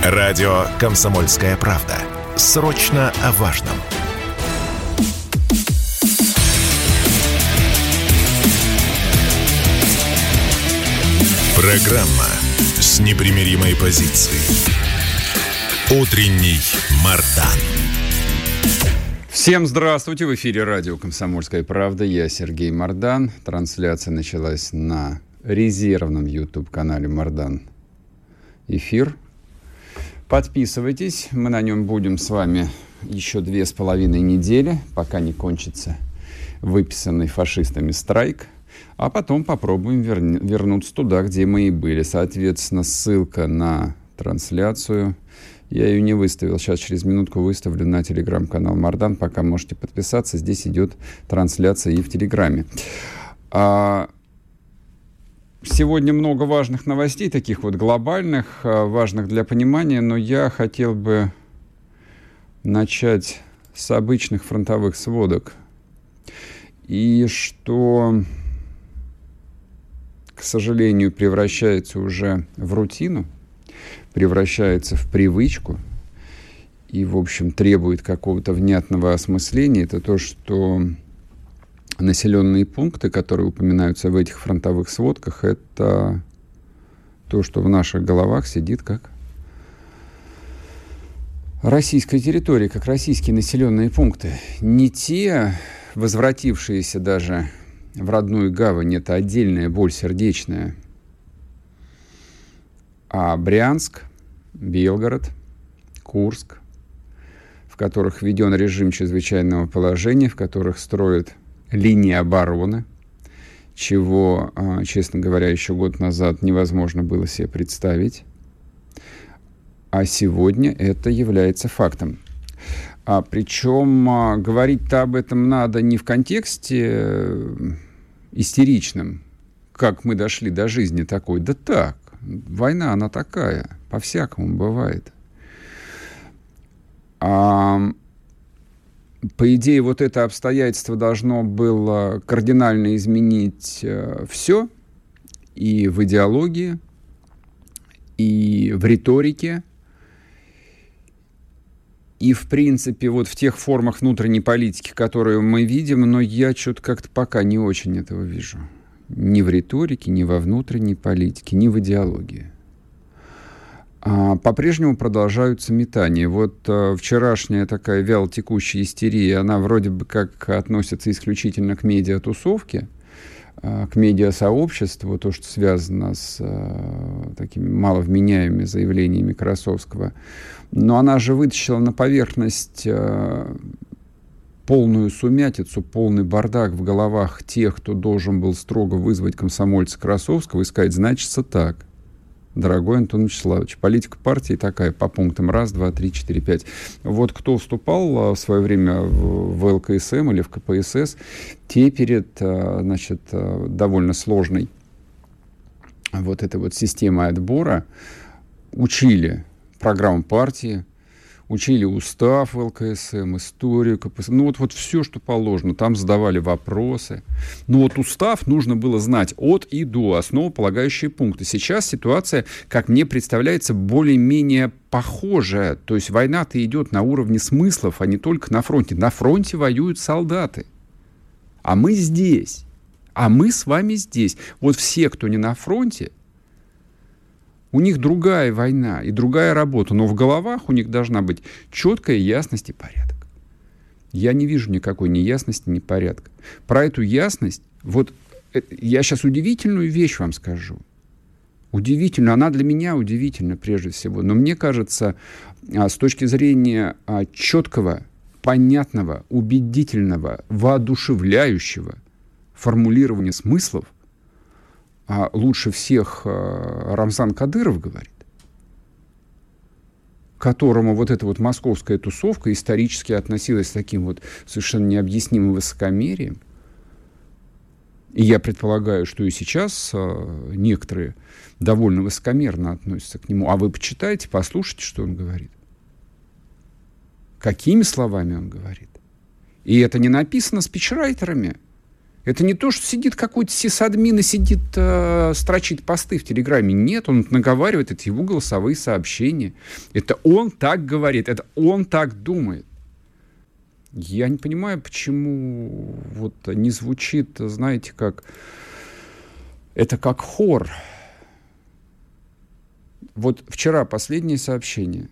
Радио «Комсомольская правда». Срочно о важном. Программа с непримиримой позицией. Утренний Мардан. Всем здравствуйте! В эфире радио «Комсомольская правда». Я Сергей Мардан. Трансляция началась на резервном YouTube-канале «Мардан Эфир». Подписывайтесь. Мы на нем будем с вами еще 2,5 недели, пока не кончится выписанный фашистами страйк. А потом попробуем вернуться туда, где мы и были. Соответственно, ссылка на трансляцию. Я ее не выставил. Сейчас через минутку выставлю на телеграм-канал Мардан. Пока можете подписаться. Здесь идет трансляция и в Телеграме. Сегодня много важных новостей, таких вот глобальных, важных для понимания. Но я хотел бы начать с обычных фронтовых сводок. И что, к сожалению, превращается уже в рутину, превращается в привычку и, в общем, требует какого-то внятного осмысления, это то, что населенные пункты, которые упоминаются в этих фронтовых сводках, это то, что в наших головах сидит как российская территория, как российские населенные пункты. Не те, возвратившиеся даже в родную гавань, это отдельная боль сердечная, а Брянск, Белгород, Курск, в которых введен режим чрезвычайного положения, в которых строят линии обороны, чего, честно говоря, еще год назад невозможно было себе представить. А сегодня это является фактом. Причем говорить-то об этом надо не в контексте истеричном, как мы дошли до жизни такой. Да так, война она такая, по-всякому бывает. По идее, вот это обстоятельство должно было кардинально изменить все и в идеологии, и в риторике, и, в принципе, вот в тех формах внутренней политики, которые мы видим, но я что-то как-то пока не очень этого вижу. Ни в риторике, ни во внутренней политике, ни в идеологии. По-прежнему продолжаются метания. Вот вчерашняя такая вялотекущая истерия, она вроде бы как относится исключительно к медиатусовке, к медиасообществу, то, что связано с такими маловменяемыми заявлениями Красовского. Но она же вытащила на поверхность полную сумятицу, полный бардак в головах тех, кто должен был строго вызвать комсомольца Красовского и сказать: значится так. Дорогой Антон Вячеславович, политика партии такая, по пунктам 1, 2, 3, 4, 5. Вот кто вступал в свое время в ЛКСМ или в КПСС, те перед, значит, довольно сложной вот этой вот системой отбора учили программу партии, учили устав ЛКСМ, историю КПСС. Ну вот все, что положено. Там задавали вопросы. Но вот устав нужно было знать от и до, основополагающие пункты. Сейчас ситуация, как мне представляется, более-менее похожая. То есть война-то идет на уровне смыслов, а не только на фронте. На фронте воюют солдаты. А мы здесь. А мы с вами здесь. Вот все, кто не на фронте, у них другая война и другая работа, но в головах у них должна быть четкая ясность и порядок. Я не вижу никакой ни ясности, ни порядка. Про эту ясность, вот я сейчас удивительную вещь вам скажу. Удивительную, она для меня удивительна прежде всего. Но мне кажется, с точки зрения четкого, понятного, убедительного, воодушевляющего формулирования смыслов, лучше всех Рамзан Кадыров говорит, к которому вот эта вот московская тусовка исторически относилась с таким вот совершенно необъяснимым высокомерием. И я предполагаю, что и сейчас некоторые довольно высокомерно относятся к нему. А вы почитайте, послушайте, что он говорит. Какими словами он говорит. И это не написано спичрайтерами. Это не то, что сидит какой-то сисадмин и сидит, строчит посты в Телеграме. Нет, он наговаривает, это его голосовые сообщения. Это он так говорит, это он так думает. Я не понимаю, почему вот не звучит, знаете, как... Это как хор. Вот вчера последнее сообщение.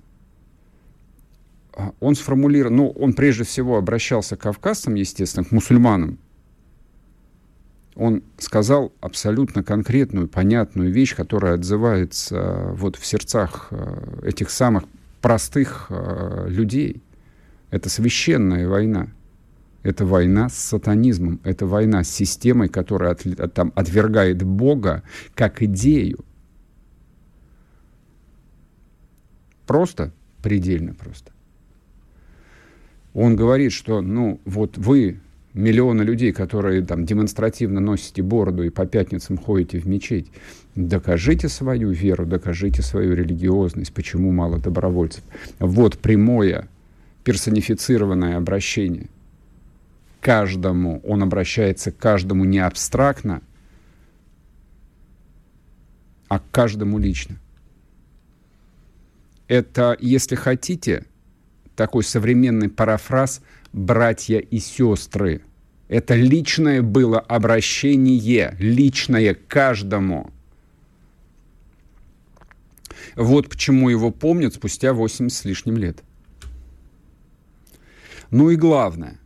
Он сформулировал... Ну, он прежде всего обращался к кавказцам, естественно, к мусульманам. Он сказал абсолютно конкретную, понятную вещь, которая отзывается вот в сердцах этих самых простых людей. Это священная война. Это война с сатанизмом. Это война с системой, которая там отвергает Бога как идею. Просто, предельно просто. Он говорит, что, ну, вот вы, миллионы людей, которые там демонстративно носите бороду и по пятницам ходите в мечеть, докажите свою веру, докажите свою религиозность, почему мало добровольцев. Вот прямое персонифицированное обращение каждому. Он обращается к каждому не абстрактно, а к каждому лично. Это, если хотите, такой современный парафраз «братья и сестры». Это личное было обращение, личное каждому. Вот почему его помнят спустя 80 с лишним лет. Ну и главное,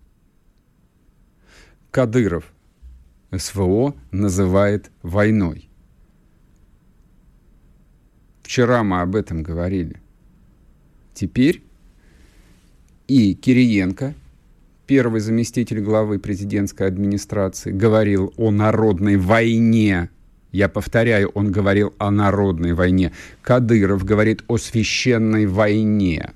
Кадыров СВО называет войной. Вчера мы об этом говорили. Теперь и Кириенко, первый заместитель главы президентской администрации, говорил о народной войне. Я повторяю, он говорил о народной войне. Кадыров говорит о священной войне.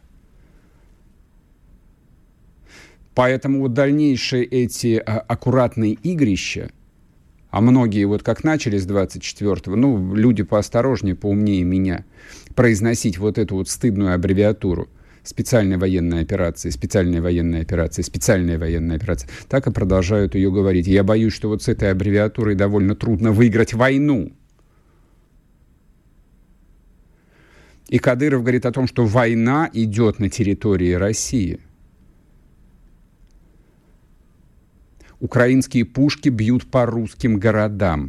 Поэтому вот дальнейшие эти аккуратные игрища, а многие вот как начали с 24-го, ну, люди поосторожнее, поумнее меня, произносить вот эту вот стыдную аббревиатуру специальная военная операция, специальная военная операция, специальная военная операция, так и продолжают ее говорить. Я боюсь, что вот с этой аббревиатурой довольно трудно выиграть войну. И Кадыров говорит о том, что война идет на территории России. Украинские пушки бьют по русским городам.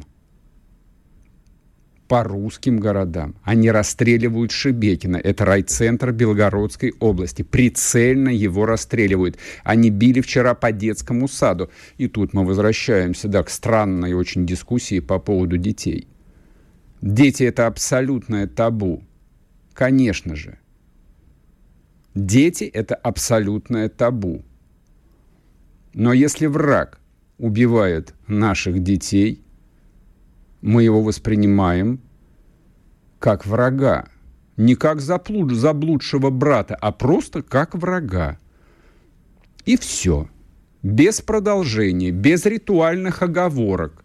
По русским городам. Они расстреливают Шебекино. Это райцентр Белгородской области. Прицельно его расстреливают. Они били вчера по детскому саду. И тут мы возвращаемся, да, к странной очень дискуссии по поводу детей. Дети — это абсолютное табу. Конечно же. Дети — это абсолютное табу. Но если враг убивает наших детей, мы его воспринимаем как врага. Не как заблудшего брата, а просто как врага. И все. Без продолжения, без ритуальных оговорок.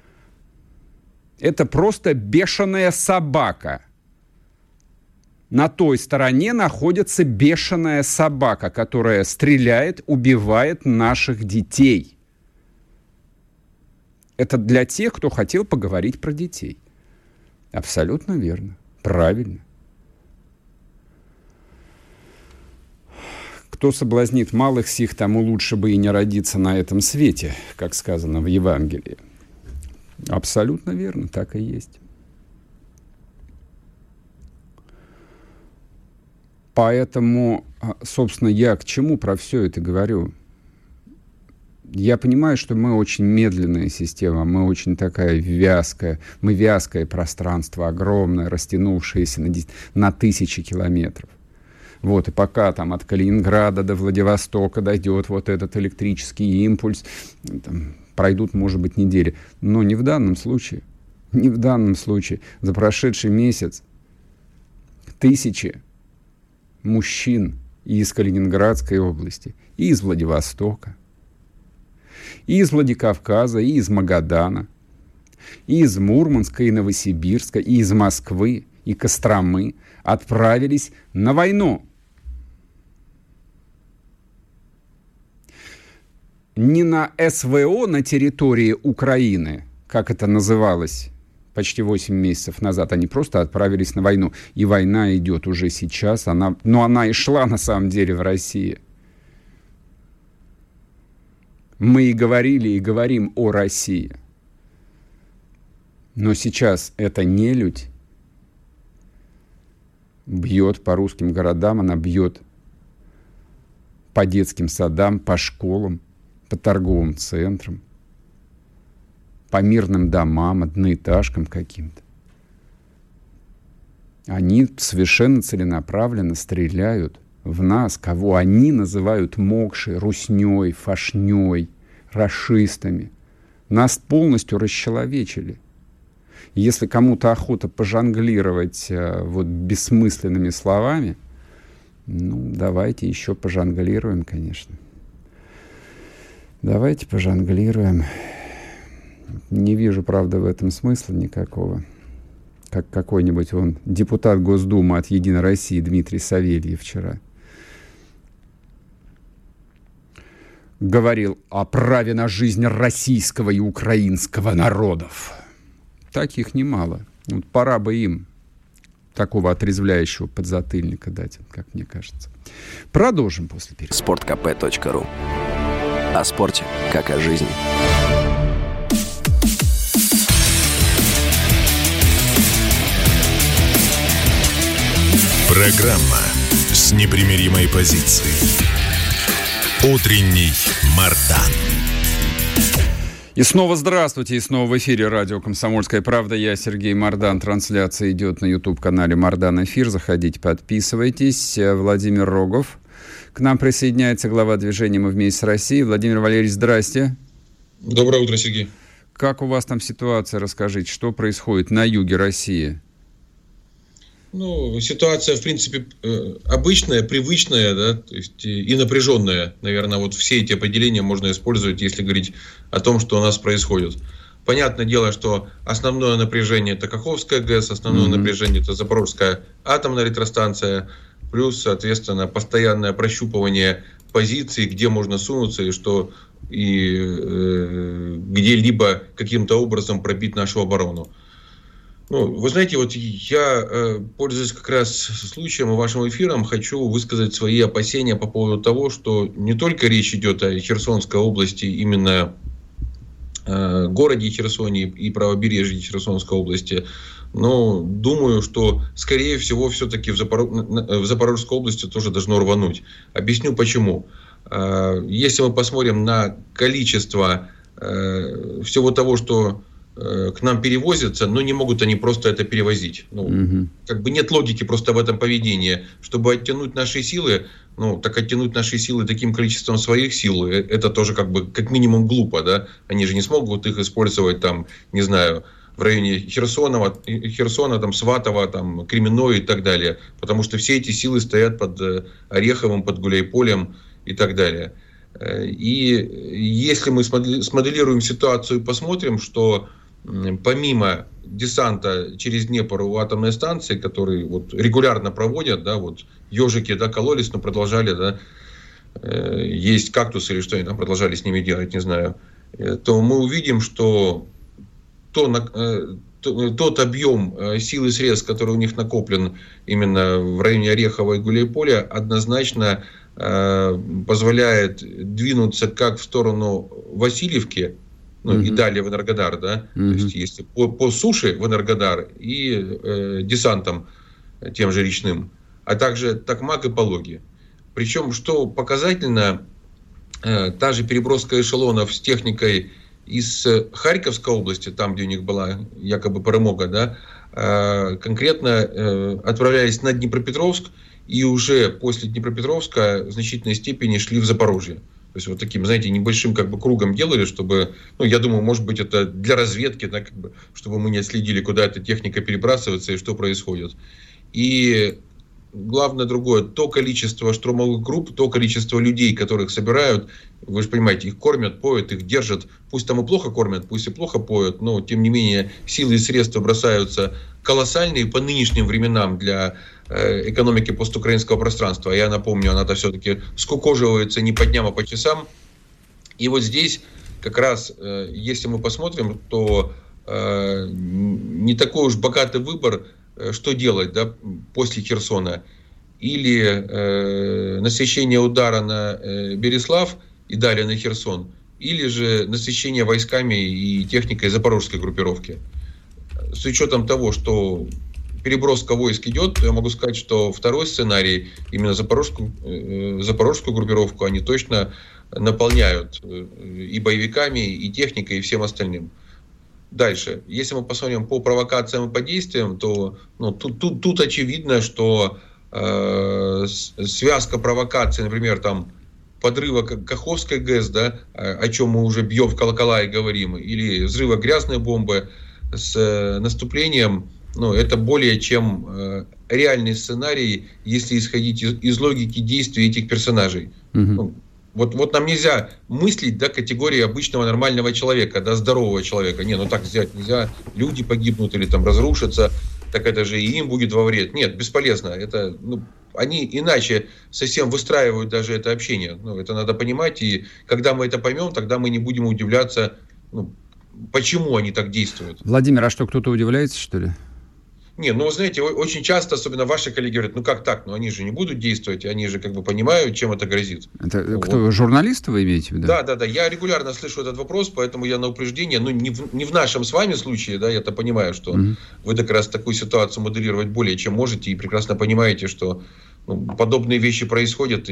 Это просто бешеная собака. На той стороне находится бешеная собака, которая стреляет, убивает наших детей. Это для тех, кто хотел поговорить про детей. Абсолютно верно. Правильно. Кто соблазнит малых сих, тому лучше бы и не родиться на этом свете, как сказано в Евангелии. Абсолютно верно, так и есть. Поэтому, собственно, я к чему про все это говорю? Я понимаю, что мы очень медленная система, мы очень такая вязкая, мы вязкое пространство, огромное, растянувшееся на тысячи километров. Вот, и пока там от Калининграда до Владивостока дойдет вот этот электрический импульс, там, пройдут, может быть, недели. Но не в данном случае. Не в данном случае. За прошедший месяц тысячи мужчин и из Калининградской области, и из Владивостока, и из Владикавказа, и из Магадана, и из Мурманска, и Новосибирска, и из Москвы, и Костромы отправились на войну. не на СВО на территории Украины, как это называлось почти 8 месяцев назад, они просто отправились на войну. И война идет уже сейчас, она и шла на самом деле в России. Мы и говорили, и говорим о России. Но сейчас эта нелюдь бьет по русским городам, она бьет по детским садам, по школам, по торговым центрам, по мирным домам, одноэтажкам каким-то. Они совершенно целенаправленно стреляют в нас, кого они называют мокшей, русней, фашней, рашистами. Нас полностью расчеловечили. Если кому-то охота пожонглировать бессмысленными словами, давайте еще пожонглируем, конечно. Давайте пожонглируем. Не вижу, правда, в этом смысла никакого. Как какой-нибудь депутат Госдумы от «Единой России» Дмитрий Савельев вчера говорил о праве на жизнь российского и украинского народов. Таких немало. Пора бы им такого отрезвляющего подзатыльника дать, как мне кажется. Продолжим после перерыва. sportkp.ru. О спорте, как о жизни. Программа с непримиримой позицией. Утренний Мардан. И снова здравствуйте, и снова в эфире радио «Комсомольская правда». Я Сергей Мардан. Трансляция идет на YouTube-канале «Мардан Эфир». Заходите, подписывайтесь. Владимир Рогов к нам присоединяется, глава движения «Мы вместе с Россией». Владимир Валерьевич, здрасте. Доброе утро, Сергей. Как у вас там ситуация? Расскажите, что происходит на юге России? Ситуация, в принципе, обычная, привычная, да, то есть и напряженная. Наверное, все эти определения можно использовать, если говорить о том, что у нас происходит. Понятное дело, что основное напряжение – это Каховская ГЭС, основное напряжение – это Запорожская атомная электростанция, плюс, соответственно, постоянное прощупывание позиций, где можно сунуться и где-либо каким-то образом пробить нашу оборону. Вы знаете, я, пользуясь как раз случаем и вашим эфиром, хочу высказать свои опасения по поводу того, что не только речь идет о Херсонской области, именно городе Херсоне и правобережье Херсонской области, но думаю, что, скорее всего, все-таки в Запорожской области тоже должно рвануть. Объясню почему. Если мы посмотрим на количество всего того, что к нам перевозятся, но не могут они просто это перевозить. Нет логики просто в этом поведении. Чтобы оттянуть наши силы, так оттянуть наши силы таким количеством своих сил, это тоже как минимум глупо, да? Они же не смогут их использовать в районе Херсона, Сватово, Кременной и так далее. Потому что все эти силы стоят под Ореховым, под Гуляйполем и так далее. И если мы смоделируем ситуацию и посмотрим, что помимо десанта через Днепр у атомной станции, который регулярно проводят, ежики кололись, но продолжали, есть кактусы или что они там продолжали с ними делать, не знаю, то мы увидим, что тот объем сил и средств, который у них накоплен именно в районе Орехова и Гуляйполя, однозначно позволяет двинуться как в сторону Васильевки, и далее в Энергодар, да, то есть если по суше в Энергодар и десантом тем же речным, а также Токмак и Пологи. Причем, что показательно, та же переброска эшелонов с техникой из Харьковской области, там, где у них была якобы перемога, да, конкретно отправлялись на Днепропетровск, и уже после Днепропетровска в значительной степени шли в Запорожье. То есть таким, небольшим кругом делали, чтобы, я думаю, может быть, это для разведки, чтобы мы не отследили, куда эта техника перебрасывается и что происходит. И главное другое, то количество штурмовых групп, то количество людей, которых собирают, вы же понимаете, их кормят, поют, их держат. Пусть там и плохо кормят, пусть и плохо поют, но тем не менее силы и средства бросаются колоссальные по нынешним временам для экономики постукраинского пространства. Я напомню, она-то все-таки скукоживается не по дням, а по часам. И вот здесь как раз, если мы посмотрим, то не такой уж богатый выбор, что делать, да, после Херсона. Или насыщение удара на Береслав и далее на Херсон, или же насыщение войсками и техникой запорожской группировки. С учетом того, что переброска войск идет, я могу сказать, что второй сценарий, именно запорожскую группировку, они точно наполняют и боевиками, и техникой, и всем остальным. Дальше. Если мы посмотрим по провокациям и по действиям, то тут очевидно, что связка провокаций, например, там, подрыва Каховской ГЭС, да, о чем мы уже бьем в колокола и говорим, или взрыва грязной бомбы с наступлением, это более чем реальный сценарий, если исходить из логики действий этих персонажей. Вот нам нельзя мыслить, да, категории обычного нормального человека, да, здорового человека. Так взять нельзя, люди погибнут или там разрушатся, так это же и им будет во вред. Нет, бесполезно. Это, они иначе совсем выстраивают даже это общение. Это надо понимать, и когда мы это поймем, тогда мы не будем удивляться, почему они так действуют. Владимир, а что, кто-то удивляется, что ли? Не, вы знаете, очень часто, особенно ваши коллеги говорят, как так? Они же не будут действовать, они же понимают, чем это грозит. Это кто, журналисты вы имеете в виду? Да. Я регулярно слышу этот вопрос, поэтому я на упреждение, не в нашем с вами случае, да, я-то понимаю, что вы как раз такую ситуацию моделировать более чем можете, и прекрасно понимаете, что подобные вещи происходят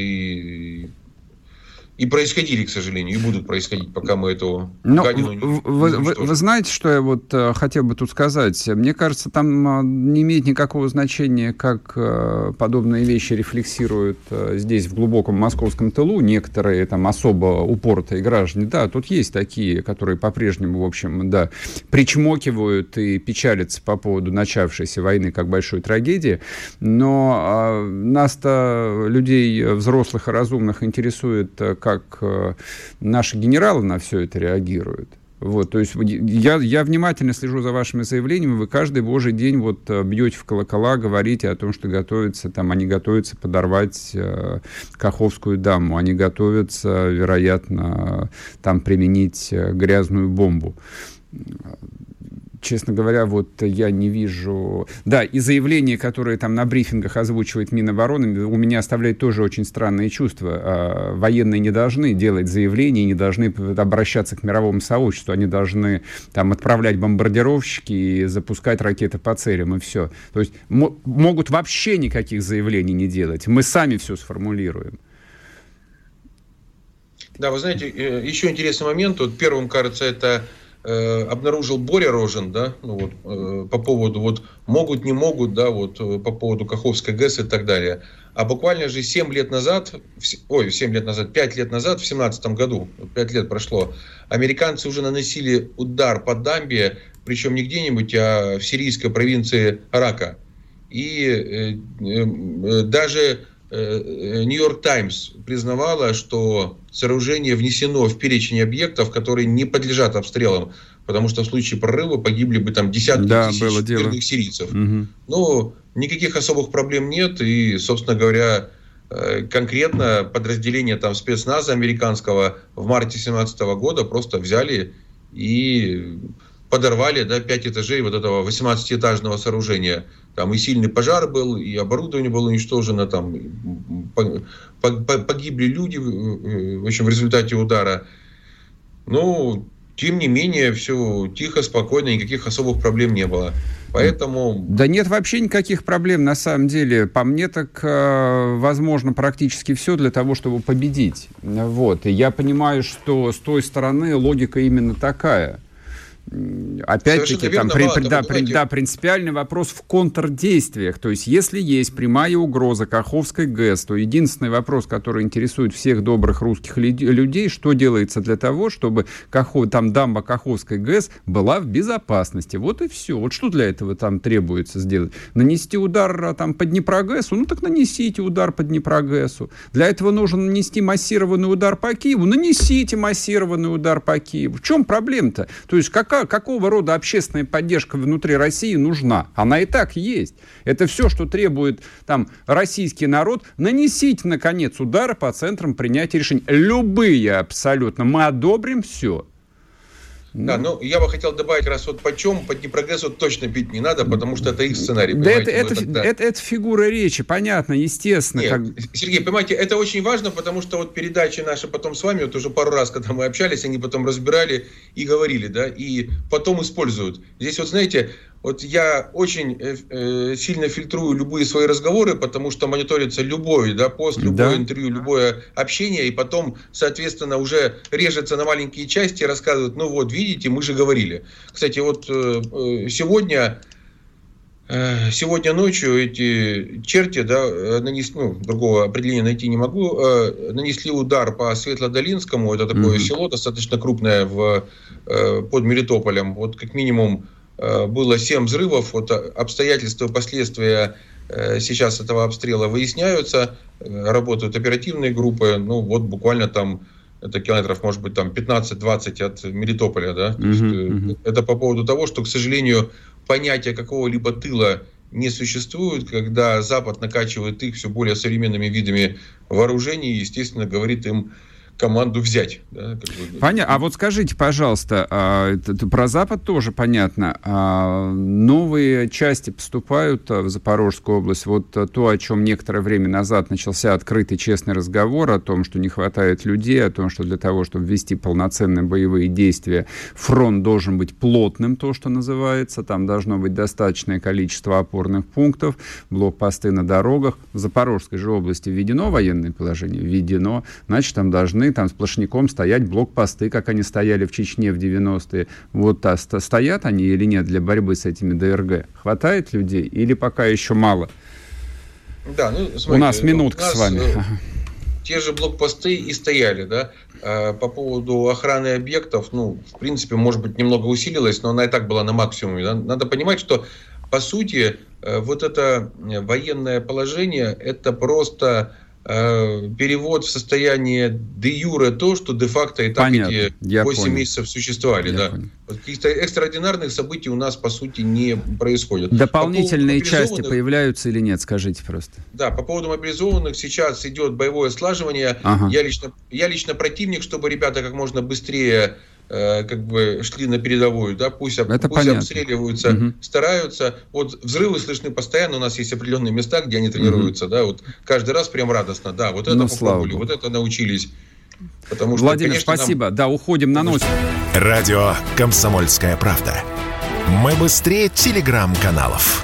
и происходили, к сожалению, и будут происходить, пока мы эту гадину не вы знаете, что я хотел бы тут сказать? Мне кажется, там не имеет никакого значения, как подобные вещи рефлексируют здесь, в глубоком московском тылу, некоторые там особо упоротые граждане. Да, тут есть такие, которые по-прежнему, в общем, да, причмокивают и печалятся по поводу начавшейся войны как большой трагедии, но нас-то, людей взрослых и разумных, интересует, как наши генералы на все это реагируют. То есть я внимательно слежу за вашими заявлениями, вы каждый божий день бьете в колокола, говорите о том, что они готовятся подорвать Каховскую дамбу, они готовятся, вероятно, там применить грязную бомбу. Честно говоря, я не вижу... Да, и заявления, которые там на брифингах озвучивает Минобороны, у меня оставляют тоже очень странные чувства. Военные не должны делать заявления, не должны обращаться к мировому сообществу, они должны там отправлять бомбардировщики и запускать ракеты по целям, и все. То есть могут вообще никаких заявлений не делать. Мы сами все сформулируем. Да, вы знаете, еще интересный момент. Первым, кажется, это... обнаружил Боря Рожен, да, по поводу могут, не могут, да, по поводу Каховской ГЭС и так далее. А буквально же 5 лет назад, в 2017 году, 5 лет прошло, американцы уже наносили удар по дамбе, причем не где-нибудь, а в сирийской провинции Рака. И даже Нью-Йорк Таймс признавала, что сооружение внесено в перечень объектов, которые не подлежат обстрелам, потому что в случае прорыва погибли бы там десятки тысяч мирных сирийцев. Но никаких особых проблем нет, и, собственно говоря, конкретно подразделение там спецназа американского в марте 2017 года просто взяли и подорвали 5 этажей этого 18-этажного сооружения. Там и сильный пожар был, и оборудование было уничтожено, там погибли люди, в общем, в результате удара. Но, тем не менее, все тихо, спокойно, никаких особых проблем не было. Поэтому... Да нет вообще никаких проблем, на самом деле. По мне так возможно практически все для того, чтобы победить. И я понимаю, что с той стороны логика именно такая. Опять-таки, принципиальный вопрос в контрдействиях. То есть, если есть прямая угроза Каховской ГЭС, то единственный вопрос, который интересует всех добрых русских людей, что делается для того, чтобы дамба Каховской ГЭС была в безопасности. Вот и все. Что для этого там требуется сделать? Нанести удар по Днепрогэсу? Так нанесите удар по Днепрогэсу. Для этого нужно нанести массированный удар по Киеву? Нанесите массированный удар по Киеву. В чем проблема-то? То есть, какая какого рода общественная поддержка внутри России нужна? Она и так есть. Это все, что требует там российский народ. Нанесите, наконец, удары по центрам принятия решений. Любые абсолютно. Мы одобрим все. Да, ну я бы хотел добавить, раз вот почем, под Днепрогэс вот точно пить не надо, потому что это их сценарий. Да это фигура речи, понятно, естественно. Нет, Сергей, понимаете, это очень важно, потому что вот передачи наши потом с вами, вот уже пару раз, когда мы общались, они потом разбирали и говорили, да, и потом используют. Здесь вот, знаете, вот я очень сильно фильтрую любые свои разговоры, потому что мониторится любой, да, пост, любое интервью, любое общение, и потом, соответственно, уже режется на маленькие части и рассказывают, ну вот, видите, мы же говорили. Кстати, вот сегодня ночью эти черти, да, нанесли, другого определения найти не могу, нанесли удар по Светлодолинскому, это такое село достаточно крупное под Мелитополем, вот как минимум было 7 взрывов, вот обстоятельства, последствия сейчас этого обстрела выясняются, работают оперативные группы, ну вот буквально там, это километров, может быть, там 15-20 от Мелитополя, да, то есть, это по поводу того, что, к сожалению, понятия какого-либо тыла не существует, когда Запад накачивает их все более современными видами вооружений и, естественно, говорит им команду взять. Да, понятно. А вот скажите, пожалуйста, про Запад тоже понятно. Новые части поступают в Запорожскую область. Вот то, о чем некоторое время назад начался открытый, честный разговор, о том, что не хватает людей, о том, что для того, чтобы вести полноценные боевые действия, фронт должен быть плотным, то, что называется. Там должно быть достаточное количество опорных пунктов, блокпосты на дорогах. В Запорожской же области введено военное положение? Введено. Значит, там должны сплошняком стоять блокпосты, как они стояли в Чечне в 90-е. Вот стоят они или нет для борьбы с этими ДРГ? Хватает людей или пока еще мало? Да, ну, смотрите, у нас минутка с вами. Те же блокпосты и стояли, да. По поводу охраны объектов, ну, в принципе, может быть, немного усилилась, но она и так была на максимуме. Да? Надо понимать, что, по сути, вот это военное положение, это просто перевод в состояние де-юре то, что де-факто и так эти 8 месяцев существовали. Да. Каких-то экстраординарных событий у нас, по сути, не происходит. Дополнительные части появляются или нет, скажите просто. Да, по поводу мобилизованных сейчас идет боевое слаживание. Я лично противник, чтобы ребята как можно быстрее шли на передовую, да, пусть обстреливаются, стараются. Вот взрывы слышны постоянно, у нас есть определенные места, где они тренируются, да, вот каждый раз прям радостно, да, вот это попробовали, вот это научились. Потому что, Владимир, конечно, спасибо. Да, уходим на ночь. Радио «Комсомольская правда». Мы быстрее телеграм-каналов.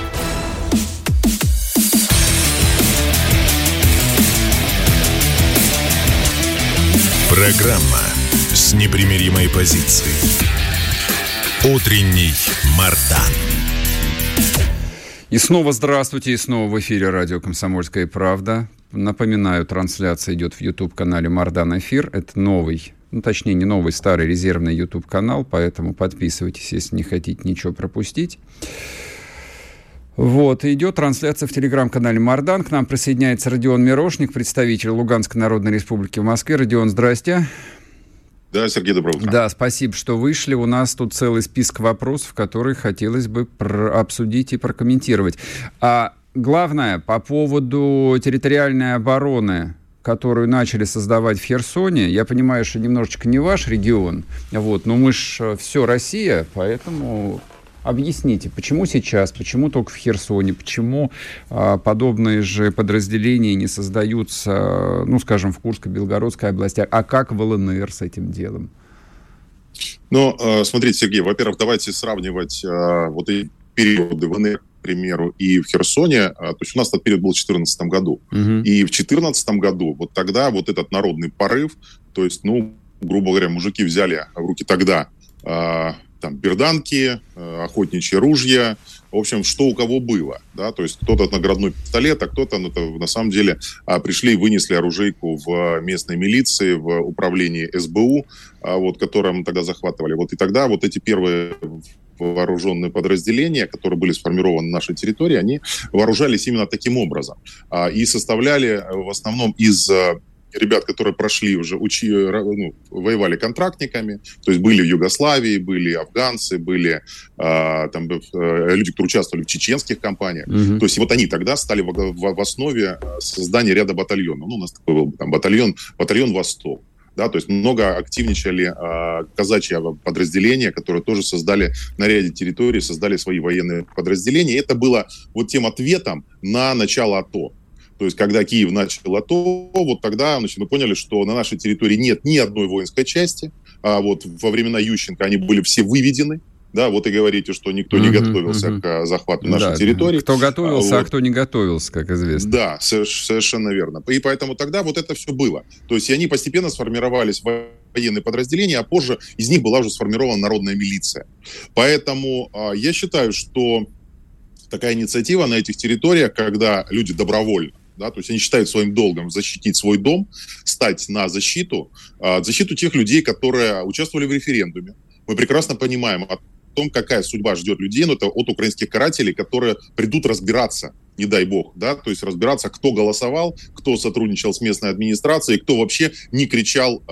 Программа с непримиримой позицией. Утренний Мардан. И снова здравствуйте, и снова в эфире радио «Комсомольская правда». Напоминаю, трансляция идет в YouTube-канале «Мардан Эфир». Это новый, точнее не новый, старый резервный YouTube-канал, поэтому подписывайтесь, если не хотите ничего пропустить. Вот, идет трансляция в телеграм-канале «Мардан». К нам присоединяется Родион Мирошник, представитель Луганской Народной Республики в Москве. Родион, здрасте. Да, Сергей, доброе утро. Да, спасибо, что вышли. У нас тут целый список вопросов, которые хотелось бы обсудить и прокомментировать. А главное, по поводу территориальной обороны, которую начали создавать в Херсоне. Я понимаю, что немножечко не ваш регион, вот, но мы ж все Россия, поэтому... Объясните, почему сейчас, почему только в Херсоне, почему подобные же подразделения не создаются, ну, скажем, в Курской, Белгородской областях, а как в ЛНР с этим делом? Ну, смотрите, Сергей, во-первых, давайте сравнивать вот эти периоды в ЛНР, к примеру, и в Херсоне. То есть у нас этот период был в 2014 году. И в 2014 году вот тогда вот этот народный порыв, то есть, ну, грубо говоря, мужики взяли в руки тогда... там берданки, охотничьи ружья, в общем, что у кого было, да, то есть кто-то наградной пистолет, а кто-то, на самом деле, пришли и вынесли оружейку в местной милиции, в управлении СБУ, вот, которое мы тогда захватывали. Вот, и тогда вот эти первые вооруженные подразделения, которые были сформированы на нашей территории, они вооружались именно таким образом и составляли в основном из ребят, которые прошли уже, воевали контрактниками, то есть были в Югославии, были афганцы, были люди, которые участвовали в чеченских кампаниях. То есть вот они тогда стали в основе создания ряда батальонов. У нас такой был батальон «Восток». Да, то есть много активничали казачьи подразделения, которые тоже создали на ряде территорий, создали свои военные подразделения. И это было вот тем ответом на начало АТО. То есть, когда Киев начал АТО, вот тогда мы поняли, что на нашей территории нет ни одной воинской части. А вот во времена Ющенко они были все выведены. Да, вот и говорите, что никто не готовился к захвату нашей территории. Кто готовился, а кто не готовился, как известно. Да, совершенно верно. И поэтому тогда вот это все было. То есть, и они постепенно сформировались в военные подразделения, а позже из них была уже сформирована народная милиция. Поэтому я считаю, что такая инициатива на этих территориях, когда люди добровольно, да, то есть они считают своим долгом защитить свой дом, стать на защиту тех людей, которые участвовали в референдуме. Мы прекрасно понимаем о том, какая судьба ждет людей, но это от украинских карателей, которые придут разбираться, не дай бог, да, то есть разбираться, кто голосовал, кто сотрудничал с местной администрацией, кто вообще не кричал,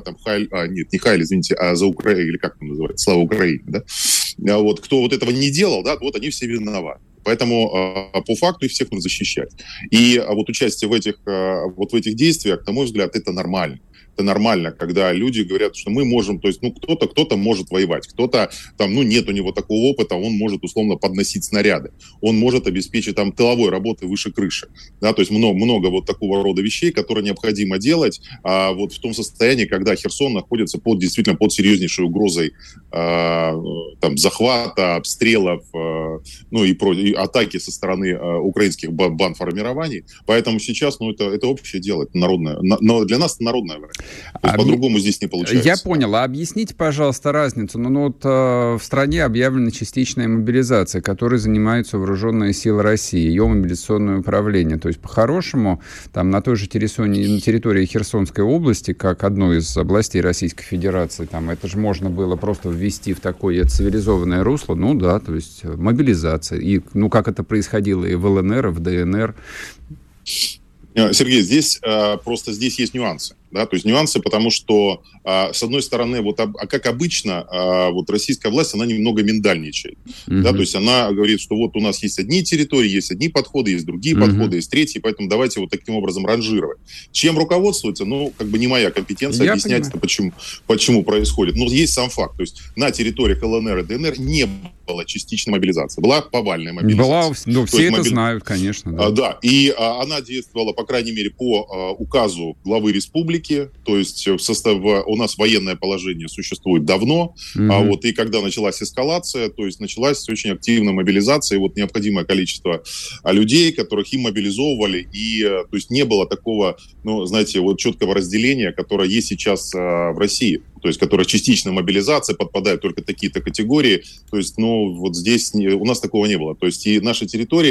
за Украину, или как это называется, слава Украине, да, вот, кто вот этого не делал, да, вот они все виноваты. Поэтому по факту их всех нужно защищать. И вот участие в этих действиях, на мой взгляд, это нормально. Это нормально, когда люди говорят, что мы можем, то есть, кто-то может воевать, кто-то нет у него такого опыта, он может условно подносить снаряды, он может обеспечить тыловой работой выше крыши, да, то есть много вот такого рода вещей, которые необходимо делать, вот в том состоянии, когда Херсон находится действительно под серьезнейшей угрозой захвата, обстрелов, и атаки со стороны украинских бандформирований, поэтому сейчас, это общее дело, это народное, но для нас это народное время. По-другому здесь не получается. Я понял. А объясните, пожалуйста, разницу. В стране объявлена частичная мобилизация, которой занимаются вооруженные силы России, ее мобилизационное управление. То есть, по-хорошему, на той же территории Херсонской области, как одной из областей Российской Федерации, это же можно было просто ввести в такое цивилизованное русло, то есть мобилизация. И, как это происходило и в ЛНР, и в ДНР. Сергей, здесь есть нюансы. Да, то есть нюансы, потому что, с одной стороны, как обычно, российская власть, она немного миндальничает. Да, то есть она говорит, что вот у нас есть одни территории, есть одни подходы, есть другие подходы, есть третьи, поэтому давайте вот таким образом ранжировать. Чем руководствуется, не моя компетенция объяснять это, почему происходит. Но есть сам факт. То есть на территориях ЛНР и ДНР не было частичной мобилизации. Была повальная мобилизация. Все это знают, конечно. Да. Да, и она действовала, по крайней мере, по указу главы республики. То есть у нас военное положение существует давно, и когда началась эскалация, то есть началась очень активная мобилизация, и необходимое количество людей, которых им мобилизовывали, и то есть не было такого, четкого разделения, которое есть сейчас в России. То есть, которая частичная мобилизация, подпадают только такие-то категории. То есть, здесь у нас такого не было. То есть, и на наших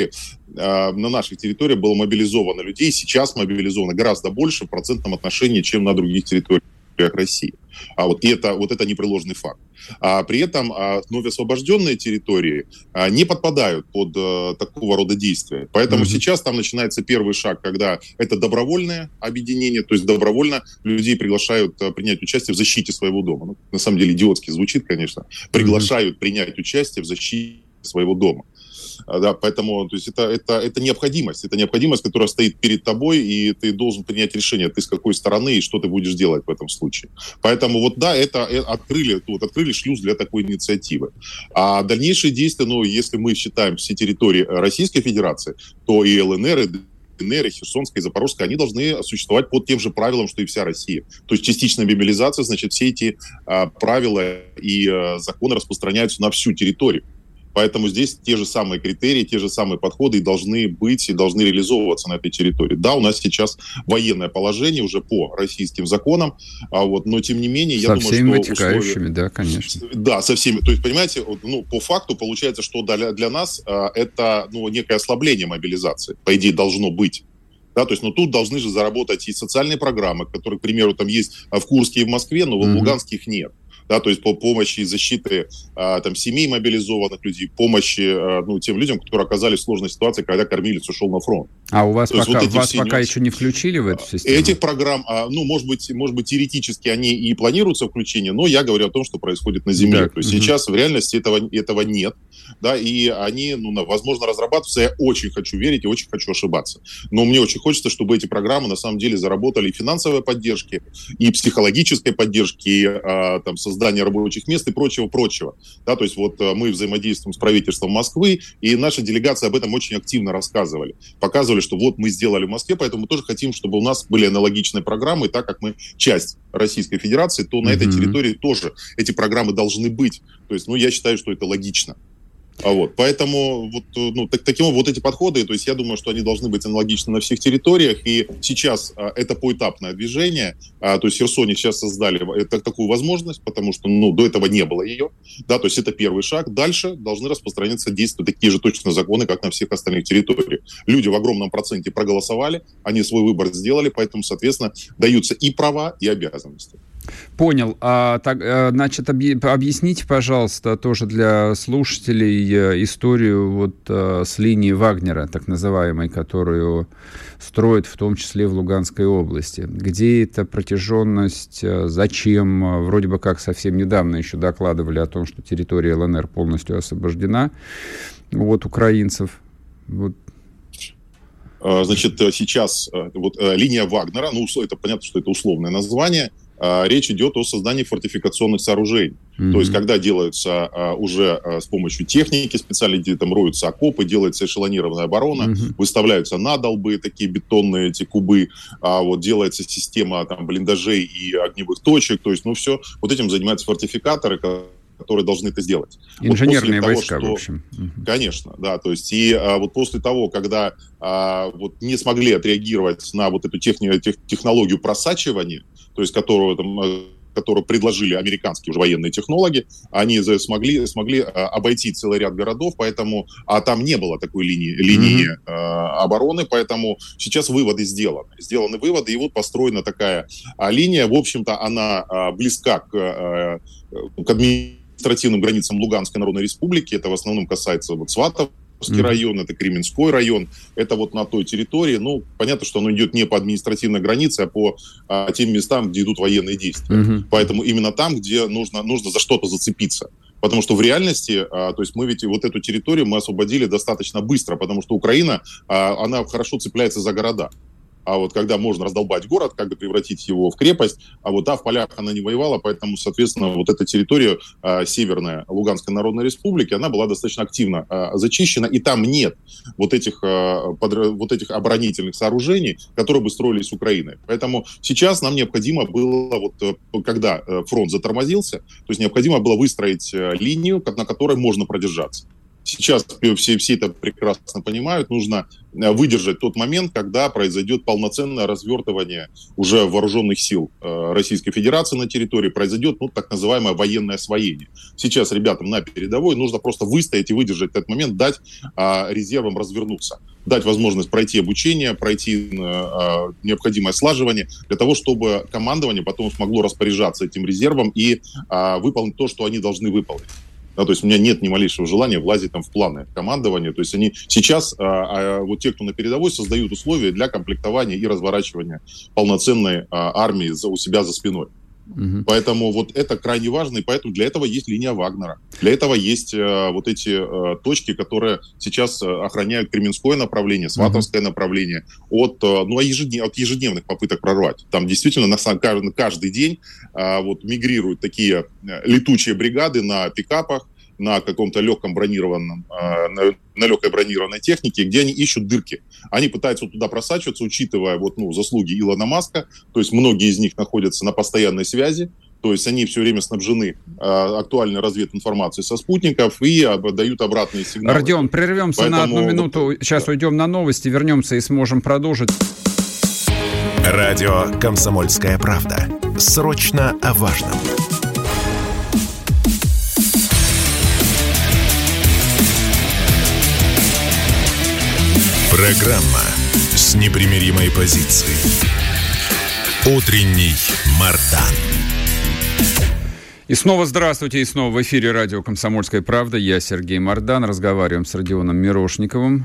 территориях было мобилизовано людей, сейчас мобилизовано гораздо больше в процентном отношении, чем на других территориях России. Это непреложный факт. А при этом вновь освобожденные территории не подпадают под такого рода действия. Поэтому сейчас там начинается первый шаг, когда это добровольное объединение, то есть добровольно людей приглашают принять участие в защите своего дома. На самом деле идиотски звучит, конечно. Приглашают принять участие в защите своего дома. Да, поэтому то есть это необходимость. Это необходимость, которая стоит перед тобой, и ты должен принять решение, ты с какой стороны и что ты будешь делать в этом случае. Поэтому открыли шлюз для такой инициативы. А дальнейшие действия, если мы считаем все территории Российской Федерации, то и ЛНР, и ДНР, и Херсонская, и Запорожская, они должны существовать под тем же правилам, что и вся Россия. То есть частичная мобилизация, значит, все эти правила и законы распространяются на всю территорию. Поэтому здесь те же самые критерии, те же самые подходы и должны быть, и должны реализовываться на этой территории. Да, у нас сейчас военное положение уже по российским законам, но тем не менее, я думаю, что... Со всеми вытекающими, да, конечно. Да, со всеми. То есть, понимаете, по факту получается, что для нас это некое ослабление мобилизации. По идее, должно быть. Да, то есть, тут должны же заработать и социальные программы, которые, к примеру, там есть в Курске и в Москве, но в Луганске их нет. да, то есть по помощи и защиты там, семей мобилизованных людей, помощи тем людям, которые оказались в сложной ситуации, когда кормилец ушел на фронт. А у вас пока еще не включили в эту систему? Этих программ, может быть, теоретически они и планируются включение, но я говорю о том, что происходит на земле. То есть сейчас в реальности этого нет, да, и они, возможно, разрабатываются. Я очень хочу верить и очень хочу ошибаться. Но мне очень хочется, чтобы эти программы на самом деле заработали и финансовой поддержки, и психологической поддержки, и там, создания рабочих мест и прочего. Да, то есть вот мы взаимодействуем с правительством Москвы, и наша делегация об этом очень активно рассказывали. Показывали, что вот мы сделали в Москве, поэтому мы тоже хотим, чтобы у нас были аналогичные программы, и так как мы часть Российской Федерации, то на этой территории тоже эти программы должны быть. То есть, я считаю, что это логично. Поэтому таким вот эти подходы, то есть я думаю, что они должны быть аналогичны на всех территориях, и сейчас это поэтапное движение, то есть в Херсоне сейчас создали такую возможность, потому что до этого не было ее, да, то есть это первый шаг. Дальше должны распространяться действия такие же точно законы, как на всех остальных территориях. Люди в огромном проценте проголосовали, они свой выбор сделали, поэтому, соответственно, даются и права, и обязанности. Понял. Значит, объясните, пожалуйста, тоже для слушателей историю с линии Вагнера, так называемой, которую строят в том числе в Луганской области. Где эта протяженность, зачем? Вроде бы как совсем недавно еще докладывали о том, что территория ЛНР полностью освобождена от украинцев. Значит, сейчас линия Вагнера, это понятно, что это условное название, речь идет о создании фортификационных сооружений. То есть, когда делаются уже с помощью техники специальной, там роются окопы, делается эшелонированная оборона, выставляются надолбы, такие бетонные эти кубы, делается система там, блиндажей и огневых точек. То есть, все, вот этим занимаются фортификаторы, которые должны это сделать. Инженерные войска, в общем. Конечно, да. То есть, и после того, когда не смогли отреагировать на вот эту технологию просачивания, то есть, которую предложили американские уже военные технологи, они смогли обойти целый ряд городов, поэтому, там не было такой линии обороны, поэтому сейчас выводы сделаны. Сделаны выводы, и вот построена такая линия. В общем-то, она близка к административным границам Луганской Народной Республики. Это в основном касается Сватовский район, это Кременской район, это на той территории. Понятно, что оно идет не по административной границе, а по тем местам, где идут военные действия. Поэтому именно там, где нужно за что-то зацепиться. Потому что в реальности, то есть мы ведь вот эту территорию мы освободили достаточно быстро, потому что Украина, она хорошо цепляется за города. А когда можно раздолбать город, как бы превратить его в крепость, в полях она не воевала, поэтому, соответственно, вот эта территория северная Луганской Народной Республики, она была достаточно активно зачищена, и там нет вот этих оборонительных сооружений, которые бы строились Украиной. Поэтому сейчас нам необходимо было, когда фронт затормозился, то есть необходимо было выстроить линию, на которой можно продержаться. Сейчас все это прекрасно понимают. Нужно выдержать тот момент, когда произойдет полноценное развертывание уже вооруженных сил Российской Федерации на территории, произойдет так называемое военное освоение. Сейчас ребятам на передовой нужно просто выстоять и выдержать этот момент, дать резервам развернуться, дать возможность пройти обучение, пройти необходимое слаживание для того, чтобы командование потом смогло распоряжаться этим резервом и выполнить то, что они должны выполнить. То есть у меня нет ни малейшего желания влазить в планы командования. То есть они сейчас, те, кто на передовой, создают условия для комплектования и разворачивания полноценной армии у себя за спиной. Поэтому это крайне важно, и поэтому для этого есть линия Вагнера. Для этого есть эти точки, которые сейчас охраняют Кременское направление, Сватовское направление от ежедневных попыток прорвать. Там действительно каждый день мигрируют такие летучие бригады на пикапах, на каком-то легкой бронированной технике, где они ищут дырки. Они пытаются туда просачиваться, учитывая заслуги Илона Маска, то есть многие из них находятся на постоянной связи, то есть они все время снабжены актуальной развединформацией со спутников и дают обратные сигналы. Родион, прервемся на одну минуту, сейчас уйдем на новости, вернемся и сможем продолжить. Радио «Комсомольская правда». Срочно о важном. Программа с непримиримой позицией. Утренний Мардан. И снова здравствуйте, и снова в эфире радио «Комсомольская правда». Я Сергей Мордан. Разговариваем с Родионом Мирошником,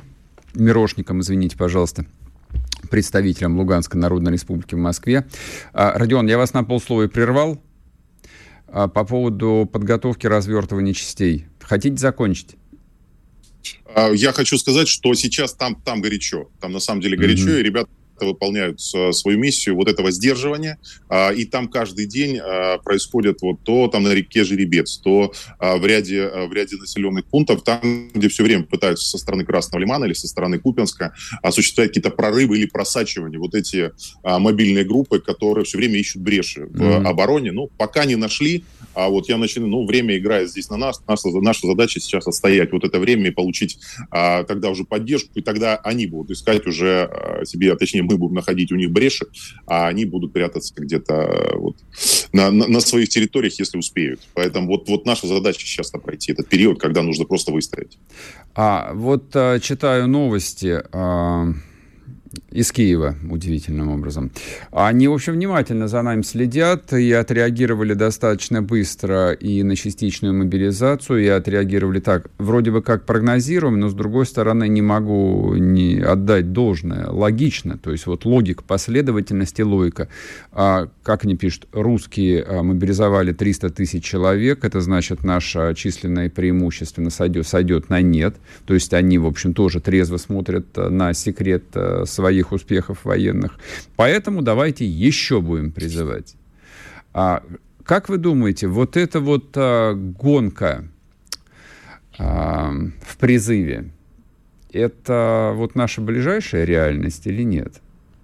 представителем Луганской Народной Республики в Москве. Родион, я вас на полслова прервал по поводу подготовки развертывания частей. Хотите закончить? Я хочу сказать, что сейчас там горячо. Там на самом деле горячо, и ребята выполняют свою миссию вот этого сдерживания, и там каждый день происходит вот то там на реке Жеребец, то в ряде населенных пунктов, там, где все время пытаются со стороны Красного Лимана или со стороны Купянска осуществлять какие-то прорывы или просачивания, вот эти мобильные группы, которые все время ищут бреши в обороне. Ну, пока не нашли, а вот я начинаю, время играет здесь на нас. Наша задача сейчас отстоять вот это время и получить тогда уже поддержку, и тогда они будут искать уже себе, точнее, мы будем находить у них бреши, а они будут прятаться где-то вот на своих территориях, если успеют. Поэтому вот наша задача сейчас пройти этот период, когда нужно просто выстоять. Читаю новости из Киева, удивительным образом. Они, в общем, внимательно за нами следят и отреагировали достаточно быстро и на частичную мобилизацию, и отреагировали так, вроде бы как прогнозируем, но, с другой стороны, не могу не отдать должное. Логично, то есть вот логика, последовательность и логика. Как они пишут, русские мобилизовали 300 тысяч человек, это значит, наше численное преимущество сойдет на нет, то есть они, в общем, тоже трезво смотрят на секрет своих успехов военных. Поэтому давайте еще будем призывать. Как вы думаете, вот эта вот гонка в призыве, это вот наша ближайшая реальность или нет?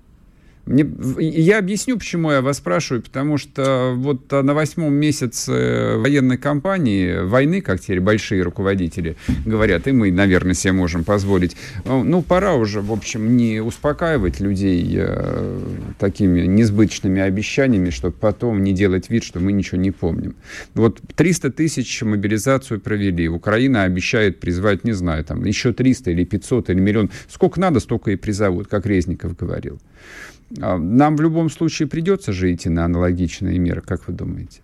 Я объясню, почему я вас спрашиваю, потому что вот на 8-м месяце военной кампании, войны, как теперь большие руководители говорят, и мы, наверное, себе можем позволить, пора уже, в общем, не успокаивать людей такими несбыточными обещаниями, чтобы потом не делать вид, что мы ничего не помним. Вот 300 тысяч мобилизацию провели, Украина обещает призвать, не знаю, там еще 300 или 500 или миллион. Сколько надо, столько и призовут, как Резников говорил. Нам в любом случае придется же идти на аналогичные меры, как вы думаете?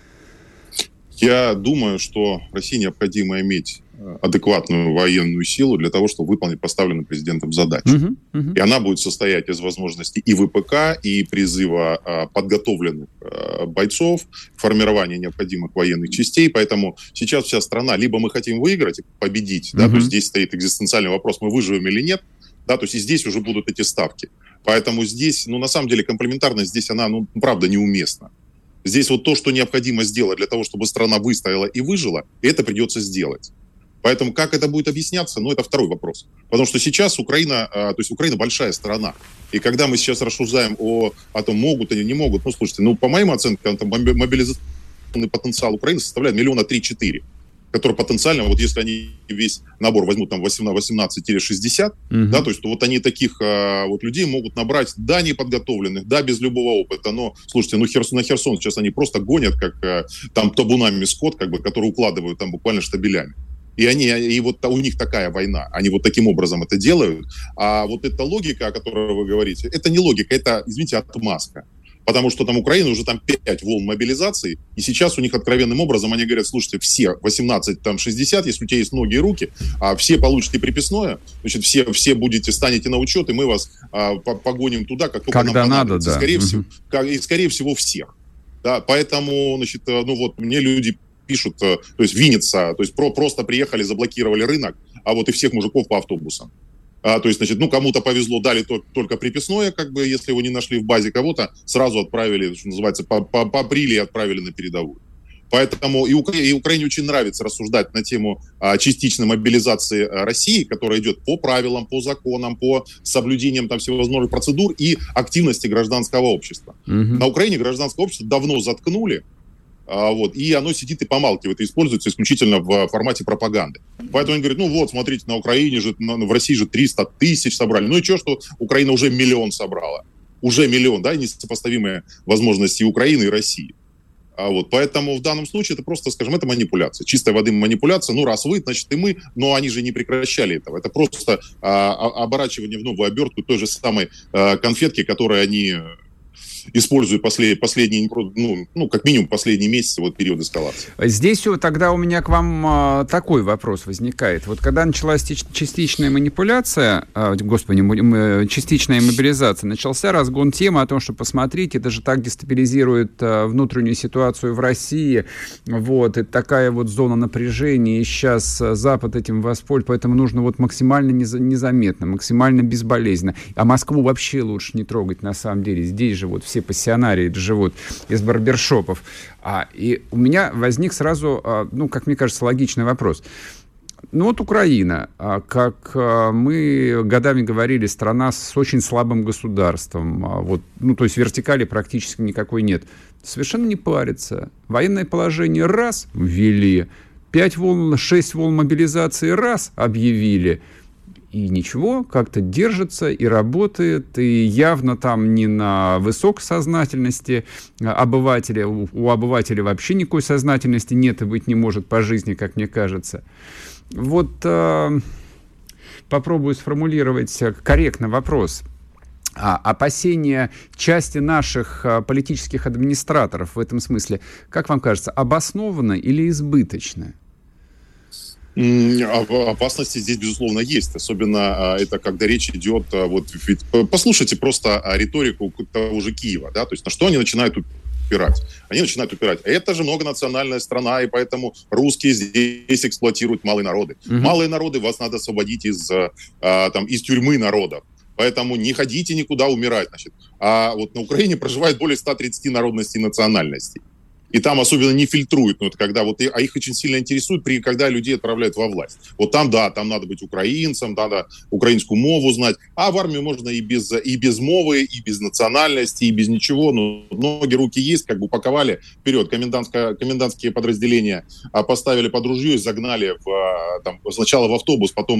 Я думаю, что России необходимо иметь адекватную военную силу для того, чтобы выполнить поставленную президентом задачу. И она будет состоять из возможности и ВПК, и призыва подготовленных бойцов, формирования необходимых военных частей. Поэтому сейчас вся страна, либо мы хотим выиграть, победить, да, то есть здесь стоит экзистенциальный вопрос, мы выживем или нет, да, то есть и здесь уже будут эти ставки. Поэтому здесь, на самом деле, комплементарность здесь, она, правда, неуместна. Здесь вот то, что необходимо сделать для того, чтобы страна выстояла и выжила, это придется сделать. Поэтому как это будет объясняться, это второй вопрос. Потому что сейчас Украина большая страна. И когда мы сейчас рассуждаем о том, могут они, не могут, слушайте, по моим оценкам, мобилизационный потенциал Украины составляет 3-4 миллиона, которые потенциально, вот если они весь набор возьмут там 18-60, да, то есть вот они таких вот людей могут набрать, да, неподготовленных, да, без любого опыта, но, слушайте, на Херсон сейчас они просто гонят, как там табунами скот, который укладывают там буквально штабелями. И вот у них такая война, они вот таким образом это делают. А вот эта логика, о которой вы говорите, это не логика, это, извините, отмазка. Потому что там Украина уже там 5 волн мобилизации, и сейчас у них откровенным образом они говорят, слушайте, все 18-60, если у тебя есть ноги и руки, все получите приписное, значит, все станете на учет, и мы вас погоним туда, как только когда нам понадобится. Надо, да. Скорее всего, всех. Да, поэтому, значит, мне люди пишут, то есть винятся, то есть просто приехали, заблокировали рынок, а вот и всех мужиков по автобусам. То есть, значит, кому-то повезло, дали только приписное, если его не нашли в базе, кого-то сразу отправили, что называется, поприли и отправили на передовую. Поэтому и Украине очень нравится рассуждать на тему частичной мобилизации России, которая идет по правилам, по законам, по соблюдениям там всевозможных процедур и активности гражданского общества. На Украине гражданское общество давно заткнули, и оно сидит и помалкивает, и используется исключительно в формате пропаганды. Поэтому они говорят, смотрите, на Украине же, в России же 300 тысяч собрали. И что Украина уже 1 миллион собрала. Уже 1 миллион, да, несопоставимые возможности Украины и России. Поэтому в данном случае это просто, скажем, это манипуляция. Чистой воды манипуляция. Раз вы, значит и мы. Но они же не прекращали этого. Это просто оборачивание в новую обертку той же самой конфетки, которую они используют последние, как минимум последние месяцы, вот период эскалации. Здесь тогда у меня к вам такой вопрос возникает. Вот когда началась частичная манипуляция, частичная мобилизация, начался разгон темы о том, что, посмотрите, это же так дестабилизирует внутреннюю ситуацию в России, вот, это такая вот зона напряжения, и сейчас Запад этим воспользуется, поэтому нужно вот максимально незаметно, максимально безболезненно. А Москву вообще лучше не трогать, на самом деле. Здесь же вот все пассионарии живут из барбершопов. И у меня возник сразу, как мне кажется, логичный вопрос. Вот Украина, как мы годами говорили, страна с очень слабым государством, то есть вертикали практически никакой нет. Совершенно не парится. Военное положение раз ввели, 6 волн мобилизации раз объявили. И ничего, как-то держится и работает, и явно там не на высокой сознательности обывателя, у обывателя вообще никакой сознательности нет и быть не может по жизни, как мне кажется. Вот попробую сформулировать корректно вопрос. Опасения части наших политических администраторов в этом смысле, как вам кажется, обоснованы или избыточны? Опасности здесь, безусловно, есть. Особенно это когда речь идет... послушайте просто риторику того же Киева. Да? То есть на что они начинают упирать? Они начинают упирать. Это же многонациональная страна, и поэтому русские здесь эксплуатируют малые народы. Малые народы вас надо освободить из тюрьмы народов. Поэтому не ходите никуда умирать. А вот на Украине проживает более 130 народностей и национальностей. И там особенно не фильтруют, а их очень сильно интересует, когда людей отправляют во власть. Вот там надо быть украинцем, надо украинскую мову знать, а в армию можно и без мовы, и без национальности, и без ничего, ноги, руки есть, упаковали вперед, комендантские подразделения поставили под ружье и загнали сначала в автобус, потом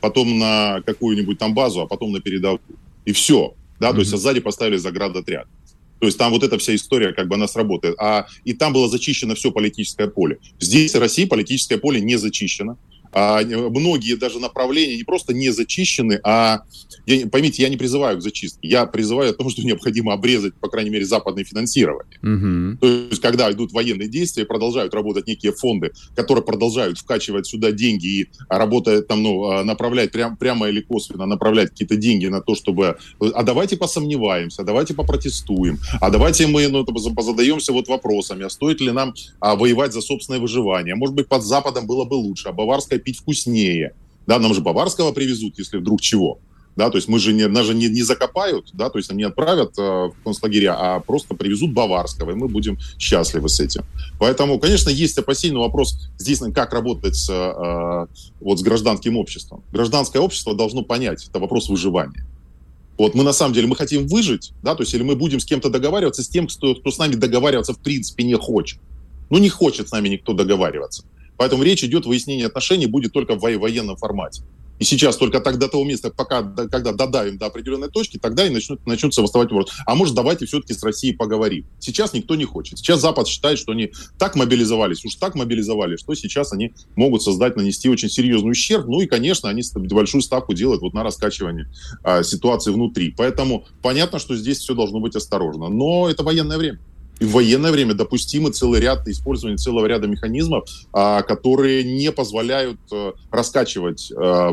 на какую-нибудь там базу, а потом на передовую. И все, да, то есть сзади поставили заградотряд. То есть там вот эта вся история, она сработает. И там было зачищено все политическое поле. Здесь в России политическое поле не зачищено. Многие даже направления не просто не зачищены, поймите, я не призываю к зачистке. Я призываю к тому, что необходимо обрезать, по крайней мере, западное финансирование. То есть когда идут военные действия, продолжают работать некие фонды, которые продолжают вкачивать сюда деньги и работают направлять прямо или косвенно, направлять какие-то деньги на то, чтобы... А давайте посомневаемся, давайте попротестуем, а давайте мы позадаемся вопросами, а стоит ли нам воевать за собственное выживание. Может быть, под Западом было бы лучше, а баварское пить вкуснее. Да, нам же баварского привезут, если вдруг чего. Да, то есть нас же не закопают, да, то есть не отправят в концлагеря, а просто привезут баварского, и мы будем счастливы с этим. Поэтому, конечно, есть опасения, но вопрос здесь, как работать с гражданским обществом. Гражданское общество должно понять, это вопрос выживания. Мы на самом деле, мы хотим выжить, да, то есть или мы будем с кем-то договариваться, с тем, кто с нами договариваться в принципе не хочет. Не хочет с нами никто договариваться. Поэтому речь идет, выяснение отношений будет только в военном формате. И сейчас только так до того места, когда додавим до определенной точки, тогда и начнутся восставать вопрос. А может, давайте все-таки с Россией поговорим. Сейчас никто не хочет. Сейчас Запад считает, что они так мобилизовались, что сейчас они могут нанести очень серьезный ущерб. И, конечно, они большую ставку делают на раскачивание ситуации внутри. Поэтому понятно, что здесь все должно быть осторожно. Но это военное время. И в военное время допустимы использование целого ряда механизмов, которые не позволяют раскачивать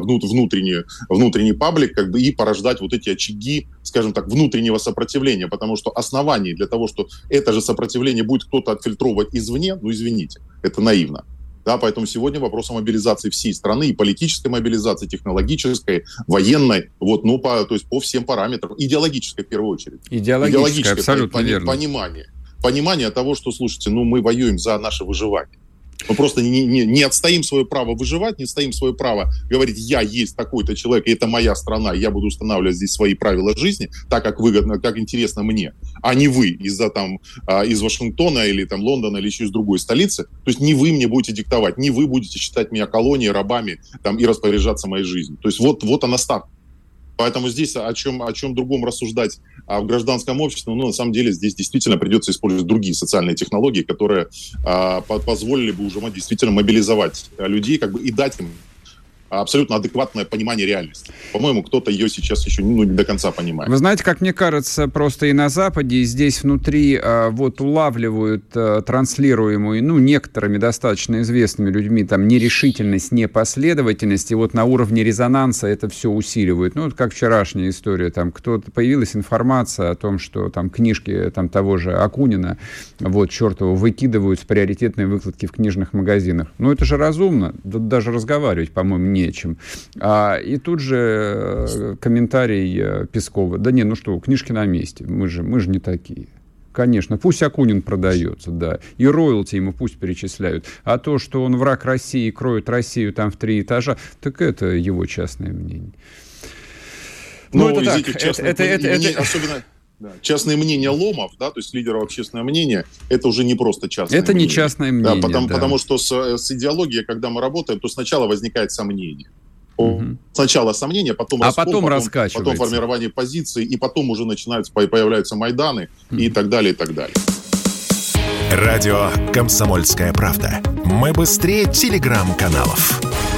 внутренний паблик и порождать эти очаги, скажем так, внутреннего сопротивления, потому что оснований для того, что это же сопротивление будет кто-то отфильтровать извне, извините, это наивно. Да, поэтому сегодня вопрос о мобилизации всей страны, и политической мобилизации, технологической, военной, по всем параметрам, идеологической в первую очередь. Идеологическое, абсолютно верно. Понимание того, что, слушайте, мы воюем за наше выживание. Мы просто не отстоим свое право выживать, не отстоим свое право говорить, я есть такой-то человек, и это моя страна, и я буду устанавливать здесь свои правила жизни, так как выгодно, как интересно мне, а не вы из Вашингтона или Лондона или еще из другой столицы. То есть не вы мне будете диктовать, не вы будете считать меня колонией, рабами и распоряжаться моей жизнью. То есть вот она старт. Поэтому здесь о чем другом рассуждать в гражданском обществе, на самом деле здесь действительно придется использовать другие социальные технологии, которые позволили бы уже действительно мобилизовать людей и дать им абсолютно адекватное понимание реальности. По-моему, кто-то ее сейчас еще не до конца понимает. Вы знаете, как мне кажется, просто и на Западе, и здесь внутри улавливают транслируемую, некоторыми достаточно известными людьми там нерешительность, непоследовательность, и на уровне резонанса это все усиливают. Как вчерашняя история, там появилась информация о том, что там книжки того же Акунина, чертова, выкидывают с приоритетной выкладки в книжных магазинах. Это же разумно, даже разговаривать, по-моему, нечем. И тут же комментарий Пескова. Да не, книжки на месте. Мы же не такие. Конечно, пусть Акунин продается, да. И роялти ему пусть перечисляют. А то, что он враг России, кроет Россию там в 3 этажа, так это его частное мнение. Это так. Особенно... Да. Частное мнение Ломов, да, то есть лидеров общественного мнения, это уже не просто частное мнение. Это не частное мнение, да. Потому что с идеологией, когда мы работаем, то сначала возникает сомнение. Сначала сомнение, потом раскол, потом формирование позиции, и потом уже появляются Майданы и так далее, и так далее. Радио «Комсомольская правда». Мы быстрее телеграм-каналов.